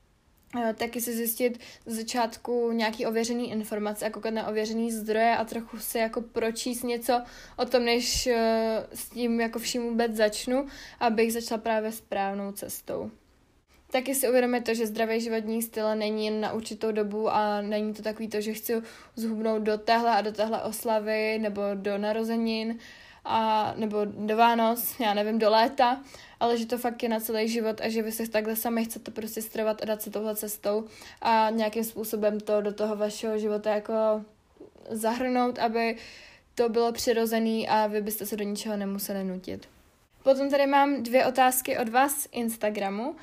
Taky si zjistit z začátku nějaký ověřený informace a koukat na ověřený zdroje a trochu si jako pročíst něco o tom, než s tím jako vším vůbec začnu, abych začala právě správnou cestou. Taky si uvědomit to, že zdravý životní styl není jen na určitou dobu a není to takový to, že chci zhubnout do téhle oslavy nebo do narozenin, nebo do Vánoc, já nevím, do léta, ale že to fakt je na celý život a že vy se takhle sami chcete prostě stravovat a dát se touhle cestou a nějakým způsobem to do toho vašeho života jako zahrnout, aby to bylo přirozený a vy byste se do ničeho nemuseli nutit. Potom tady mám 2 otázky od vás z Instagramu.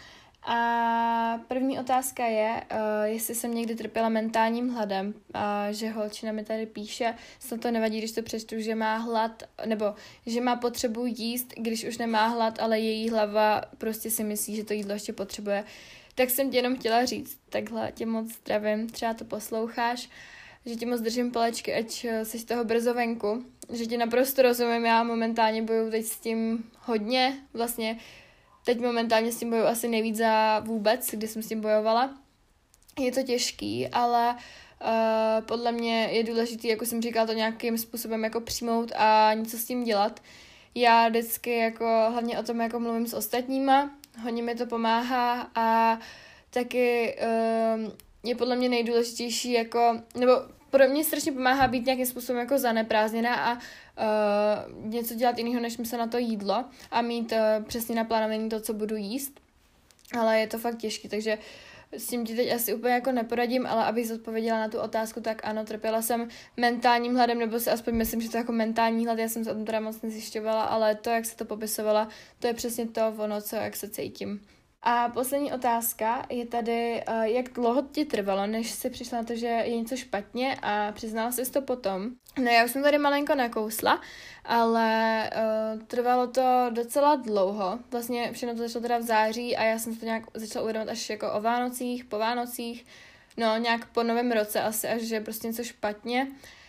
A první otázka je, jestli jsem někdy trpěla mentálním hladem, a že holčina mi tady píše, snad to nevadí, když to přečtu, že má hlad, nebo že má potřebu jíst, když už nemá hlad, ale její hlava prostě si myslí, že to jídlo ještě potřebuje. Tak jsem ti jenom chtěla říct, takhle tě moc zdravím, třeba to posloucháš, že ti moc držím palečky, ať jsi z toho brzo venku, že ti naprosto rozumím, já momentálně bojuju teď s tím hodně, vlastně teď momentálně s tím bojuju asi nejvíc za vůbec, kdy jsem s tím bojovala. Je to těžký, ale podle mě je důležité, jako jsem říkala, to nějakým způsobem jako přijmout a něco s tím dělat. Já vždycky jako hlavně o tom jako mluvím s ostatníma, hodně mi to pomáhá a taky je podle mě nejdůležitější jako, nebo pro mě strašně pomáhá být nějakým způsobem jako zaneprázdněná a něco dělat jiného, než myslet na to jídlo a mít přesně naplánované to, co budu jíst. Ale je to fakt těžké, takže s tím ti teď asi úplně jako neporadím, ale abych zodpověděla na tu otázku, tak ano, trpěla jsem mentálním hladem, nebo si aspoň myslím, že to jako mentální hlad, já jsem se o tom teda moc nezjišťovala, ale to, jak se to popisovala, to je přesně to ono, jak se cítím. A poslední otázka je tady, jak dlouho ti trvalo, než jsi přišla na to, že je něco špatně a přiznala jsi to potom. No já už jsem tady malinko nakousla, ale trvalo to docela dlouho. Vlastně všechno to začalo teda v září a já jsem to nějak začala uvědomit až jako o Vánocích, po Vánocích, no nějak po Novém roce asi, až že je prostě něco špatně.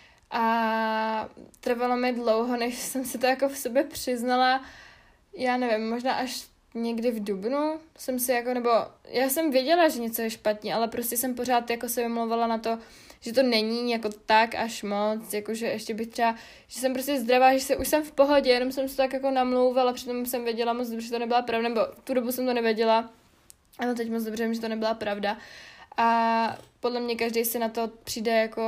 A trvalo mi dlouho, než jsem si to jako v sobě přiznala, já nevím, možná až někdy v dubnu jsem si jako, nebo já jsem věděla, že něco je špatně, ale prostě jsem pořád jako se vymlouvala na to, že to není jako tak až moc, jakože ještě bych třeba, že jsem prostě zdravá, že už jsem v pohodě, jenom jsem se tak jako namlouvala, přitom jsem věděla moc dobře, že to nebyla pravda, nebo v tu dobu jsem to nevěděla, ale teď moc dobře vím, že to nebyla pravda. A podle mě každý si na to přijde jako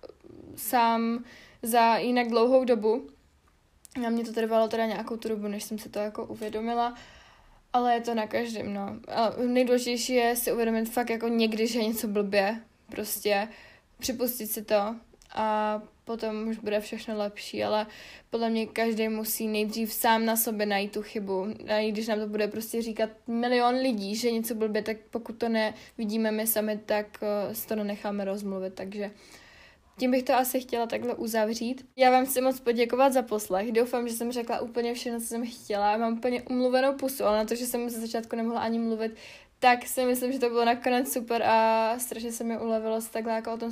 sám za jinak dlouhou dobu. A mě to trvalo teda nějakou tu dobu, než jsem si to jako uvědomila. Ale je to na každém, no. A nejdůležitější je si uvědomit fakt jako někdy, že je něco blbě. Prostě připustit si to a potom už bude všechno lepší, ale podle mě každý musí nejdřív sám na sobě najít tu chybu. A když nám to bude prostě říkat milion lidí, že je něco blbě, tak pokud to nevidíme my sami, tak si to nenecháme rozmluvit, takže tím bych to asi chtěla takhle uzavřít. Já vám chci moc poděkovat za poslech. Doufám, že jsem řekla úplně všechno, co jsem chtěla. Mám úplně umluvenou pusu, ale na to, že jsem ze začátku nemohla ani mluvit, tak si myslím, že to bylo nakonec super a strašně se mi ulevilo se takhle jako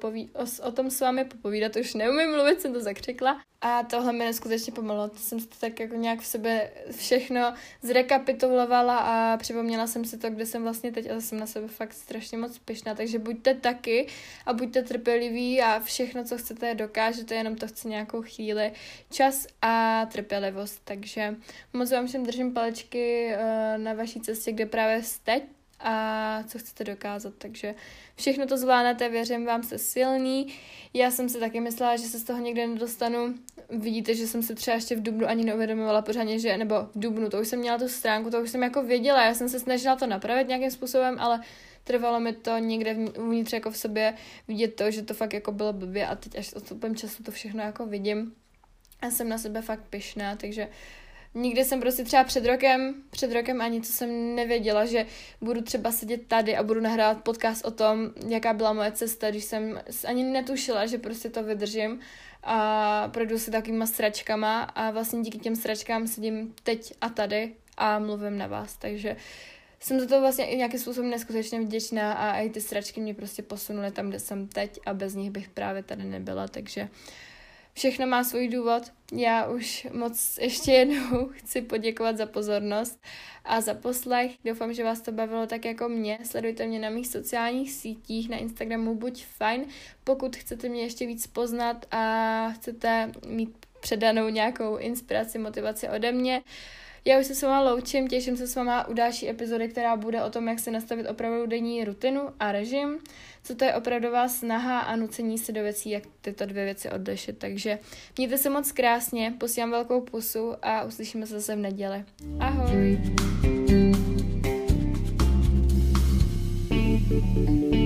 o tom s vámi popovídat. Už neumím mluvit, jsem to zakřikla. A tohle mi neskutečně pomohlo. Jsem si to tak jako nějak v sebe všechno zrekapitulovala a připomněla jsem si to, kde jsem vlastně teď a jsem na sebe fakt strašně moc pyšná. Takže buďte taky a buďte trpěliví a všechno, co chcete, dokážete, jenom to chce nějakou chvíli, čas a trpělivost. Takže moc vám všem držím palečky na vaší cestě, kde právě jste a co chcete dokázat, takže všechno to zvládnete, věřím vám, jste silný. Já jsem si taky myslela, že se z toho někde nedostanu. Vidíte, že jsem se třeba ještě v dubnu ani neuvědomovala pořádně, že, nebo v dubnu, to už jsem měla tu stránku, to už jsem jako věděla, já jsem se snažila to napravit nějakým způsobem, ale trvalo mi to někde uvnitř jako v sobě vidět to, že to fakt jako bylo blbě a teď až s odstupem času to všechno jako vidím a jsem na sebe fakt pyšná, takže nikdy jsem prostě třeba před rokem ani co jsem nevěděla, že budu třeba sedět tady a budu nahrávat podcast o tom, jaká byla moje cesta, když jsem ani netušila, že prostě to vydržím a projdu si takovýma sračkama a vlastně díky těm sračkám sedím teď a tady a mluvím na vás, takže jsem za to vlastně i nějakým způsobem neskutečně vděčná a i ty sračky mě prostě posunuly tam, kde jsem teď a bez nich bych právě tady nebyla, takže všechno má svůj důvod. Já už moc ještě jednou chci poděkovat za pozornost a za poslech. Doufám, že vás to bavilo tak jako mě. Sledujte mě na mých sociálních sítích, na Instagramu Buď fajn. Pokud chcete mě ještě víc poznat a chcete mít předanou nějakou inspiraci, motivaci ode mě, já už se s váma loučím, těším se s váma u další epizody, která bude o tom, jak si nastavit opravdu denní rutinu a režim, co to je opravdová snaha a nucení se do věcí, jak tyto dvě věci odlišit. Takže mějte se moc krásně, posílám velkou pusu a uslyšíme se zase v neděli. Ahoj!